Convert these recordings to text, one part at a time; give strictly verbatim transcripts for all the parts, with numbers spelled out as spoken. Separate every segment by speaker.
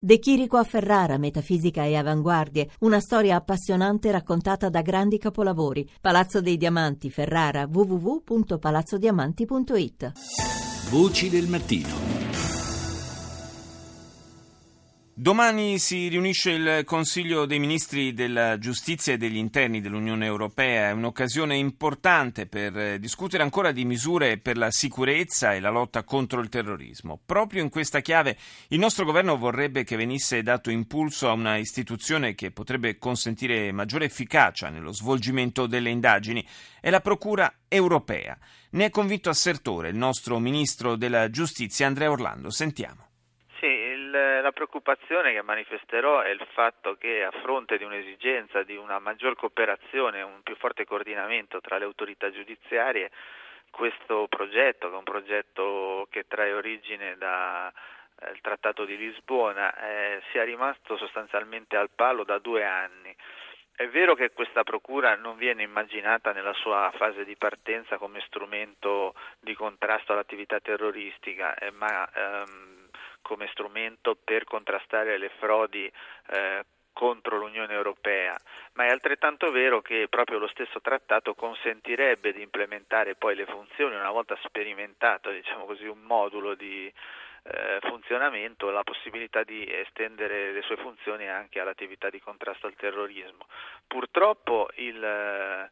Speaker 1: De Chirico a Ferrara, metafisica e avanguardie, una storia appassionante raccontata da grandi capolavori. Palazzo dei Diamanti, Ferrara, w w w punto palazzo diamanti punto i t.
Speaker 2: Voci del mattino. Domani si riunisce il Consiglio dei Ministri della Giustizia e degli Interni dell'Unione Europea. È un'occasione importante per discutere ancora di misure per la sicurezza e la lotta contro il terrorismo. Proprio in questa chiave il nostro governo vorrebbe che venisse dato impulso a una istituzione che potrebbe consentire maggiore efficacia nello svolgimento delle indagini. È la Procura Europea. Ne è convinto assertore il nostro Ministro della Giustizia Andrea Orlando. Sentiamo.
Speaker 3: La preoccupazione che manifesterò è il fatto che, a fronte di un'esigenza di una maggior cooperazione, un più forte coordinamento tra le autorità giudiziarie, questo progetto, che è un progetto che trae origine dal eh, Trattato di Lisbona, eh, sia rimasto sostanzialmente al palo da due anni. È vero che questa procura non viene immaginata nella sua fase di partenza come strumento di contrasto all'attività terroristica, eh, ma ehm, come strumento per contrastare le frodi eh, contro l'Unione Europea, ma è altrettanto vero che proprio lo stesso trattato consentirebbe di implementare poi le funzioni, una volta sperimentato, diciamo così, un modulo di eh, funzionamento, la possibilità di estendere le sue funzioni anche all'attività di contrasto al terrorismo. Purtroppo il eh,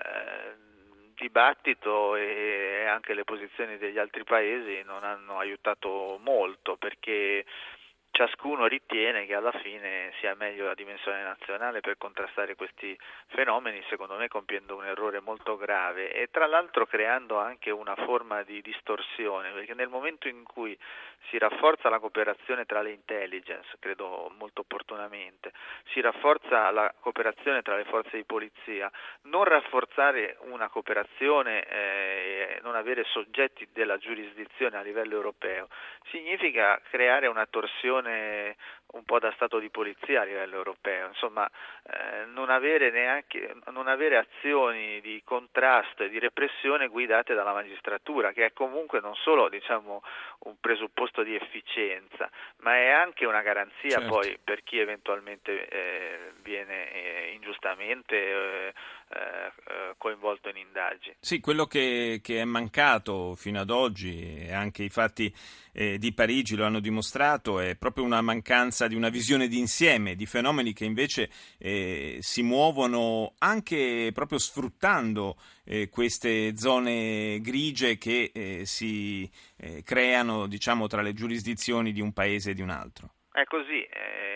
Speaker 3: dibattito e anche le posizioni degli altri paesi non hanno aiutato molto, perché ciascuno ritiene che alla fine sia meglio la dimensione nazionale per contrastare questi fenomeni, secondo me compiendo un errore molto grave e tra l'altro creando anche una forma di distorsione, perché nel momento in cui si rafforza la cooperazione tra le intelligence, credo molto opportunamente, si rafforza la cooperazione tra le forze di polizia, non rafforzare una cooperazione e eh, non avere soggetti della giurisdizione a livello europeo significa creare una torsione un po' da stato di polizia a livello europeo, insomma eh, non avere neanche non avere azioni di contrasto e di repressione guidate dalla magistratura, che è comunque non solo, diciamo, un presupposto di efficienza, ma è anche una garanzia, certo, poi per chi eventualmente eh, viene eh, ingiustamente eh, eh, coinvolto in indagini.
Speaker 2: Sì, quello che, che è mancato fino ad oggi, e anche i fatti eh, di Parigi lo hanno dimostrato, è proprio una mancanza di una visione d'insieme di fenomeni che invece eh, si muovono anche proprio sfruttando eh, queste zone grigie che eh, si eh, creano, diciamo, tra le giurisdizioni di un paese e di un altro.
Speaker 3: È così. Eh...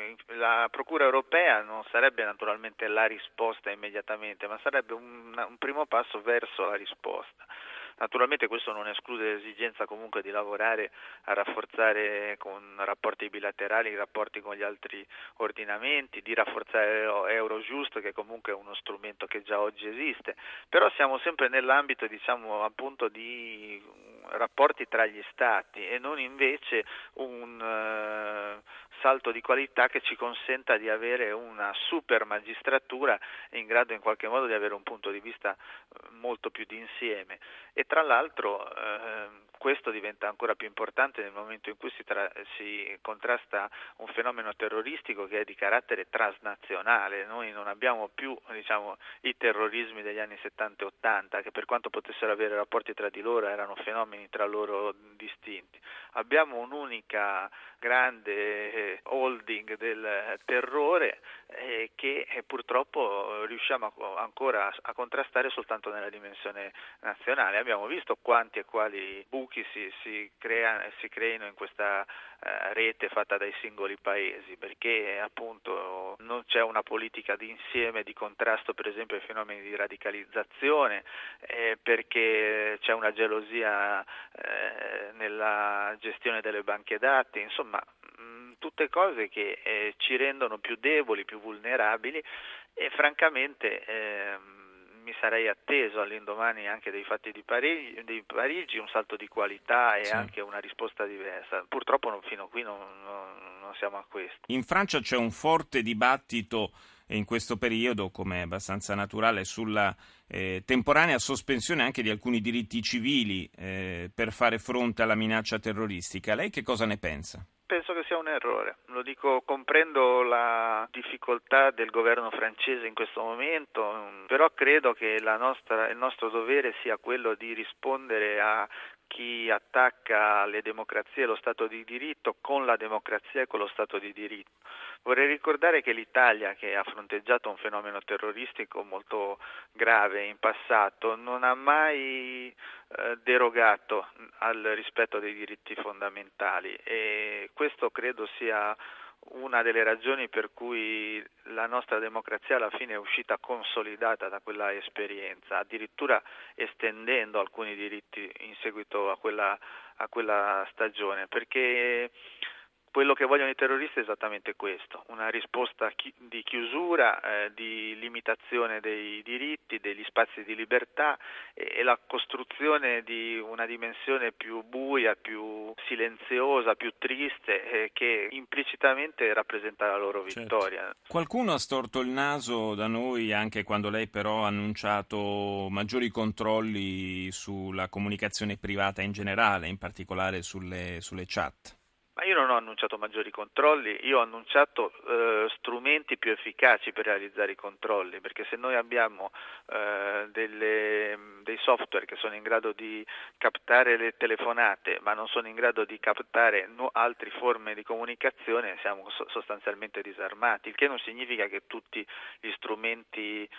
Speaker 3: La Procura Europea non sarebbe naturalmente la risposta immediatamente, ma sarebbe un, un primo passo verso la risposta. Naturalmente questo non esclude l'esigenza comunque di lavorare a rafforzare con rapporti bilaterali, rapporti con gli altri ordinamenti, di rafforzare Eurojust, che comunque è uno strumento che già oggi esiste, però siamo sempre nell'ambito, diciamo, appunto di rapporti tra gli Stati e non invece un uh, salto di qualità che ci consenta di avere una super magistratura in grado in qualche modo di avere un punto di vista molto più d'insieme. E tra l'altro eh, questo diventa ancora più importante nel momento in cui si, tra- si contrasta un fenomeno terroristico che è di carattere transnazionale. Noi non abbiamo più, diciamo, i terrorismi degli anni settanta e ottanta, che per quanto potessero avere rapporti tra di loro erano fenomeni tra loro distinti. Abbiamo un'unica grande eh, holding del terrore eh, che eh, purtroppo riusciamo a, ancora a, a contrastare soltanto nella dimensione nazionale. Abbiamo visto quanti e quali buchi si, si, crea, si creino in questa eh, rete fatta dai singoli paesi, perché appunto non c'è una politica di insieme di contrasto, per esempio, ai fenomeni di radicalizzazione, eh, perché c'è una gelosia eh, nella gestione delle banche dati, insomma mh, tutte cose che eh, ci rendono più deboli, più vulnerabili e francamente eh, mi sarei atteso all'indomani anche dei fatti di Parigi, di Parigi un salto di qualità e sì, anche una risposta diversa. Purtroppo non, fino a qui non, non, non siamo a questo.
Speaker 2: In Francia c'è un forte dibattito in questo periodo, come è abbastanza naturale, sulla eh, temporanea sospensione anche di alcuni diritti civili eh, per fare fronte alla minaccia terroristica. Lei che cosa ne pensa?
Speaker 3: Penso che sia un errore, lo dico, comprendo la difficoltà del governo francese in questo momento, però credo che la nostra, il nostro dovere sia quello di rispondere a chi attacca le democrazie e lo Stato di diritto con la democrazia e con lo Stato di diritto. Vorrei ricordare che l'Italia, che ha fronteggiato un fenomeno terroristico molto grave in passato, non ha mai eh, derogato al rispetto dei diritti fondamentali e questo credo sia una delle ragioni per cui la nostra democrazia alla fine è uscita consolidata da quella esperienza, addirittura estendendo alcuni diritti in seguito a quella, a quella stagione, perché quello che vogliono i terroristi è esattamente questo, una risposta chi- di chiusura, eh, di limitazione dei diritti, degli spazi di libertà e, e la costruzione di una dimensione più buia, più silenziosa, più triste, eh, che implicitamente rappresenta la loro vittoria.
Speaker 2: Certo. Qualcuno ha storto il naso da noi anche quando lei però ha annunciato maggiori controlli sulla comunicazione privata in generale, in particolare sulle, sulle chat.
Speaker 3: Ma io non ho annunciato maggiori controlli, io ho annunciato eh, strumenti più efficaci per realizzare i controlli, perché se noi abbiamo eh, delle, dei software che sono in grado di captare le telefonate, ma non sono in grado di captare no, altre forme di comunicazione, siamo so- sostanzialmente disarmati, il che non significa che tutti gli strumenti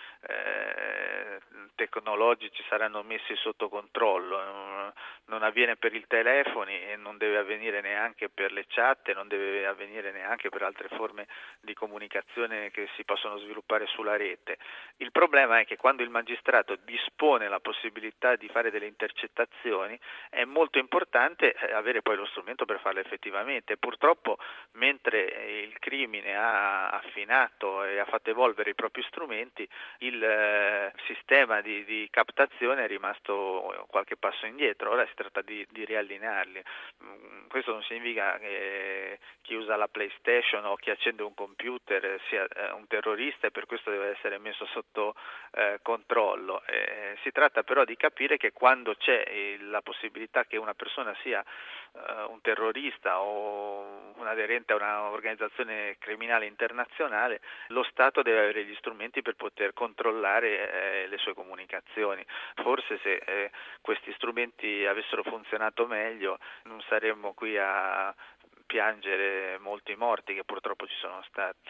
Speaker 3: eh, tecnologici saranno messi sotto controllo, non, non avviene per i telefoni e non deve avvenire neanche per le chat, non deve avvenire neanche per altre forme di comunicazione che si possono sviluppare sulla rete. Il problema è che quando il magistrato dispone la possibilità di fare delle intercettazioni è molto importante avere poi lo strumento per farle effettivamente. Purtroppo mentre il crimine ha affinato e ha fatto evolvere i propri strumenti, il eh, sistema di, di captazione è rimasto qualche passo indietro. Ora si tratta di, di riallinearli. Questo non significa che chi usa la PlayStation o chi accende un computer sia eh, un terrorista e per questo deve essere messo sotto eh, controllo. Eh, si tratta però di capire che quando c'è eh, la possibilità che una persona sia eh, un terrorista o un aderente a un'organizzazione criminale internazionale, lo Stato deve avere gli strumenti per poter controllare eh, le sue comunicazioni. Forse se eh, questi strumenti avessero funzionato meglio non saremmo qui a piangere molti morti che purtroppo ci sono stati.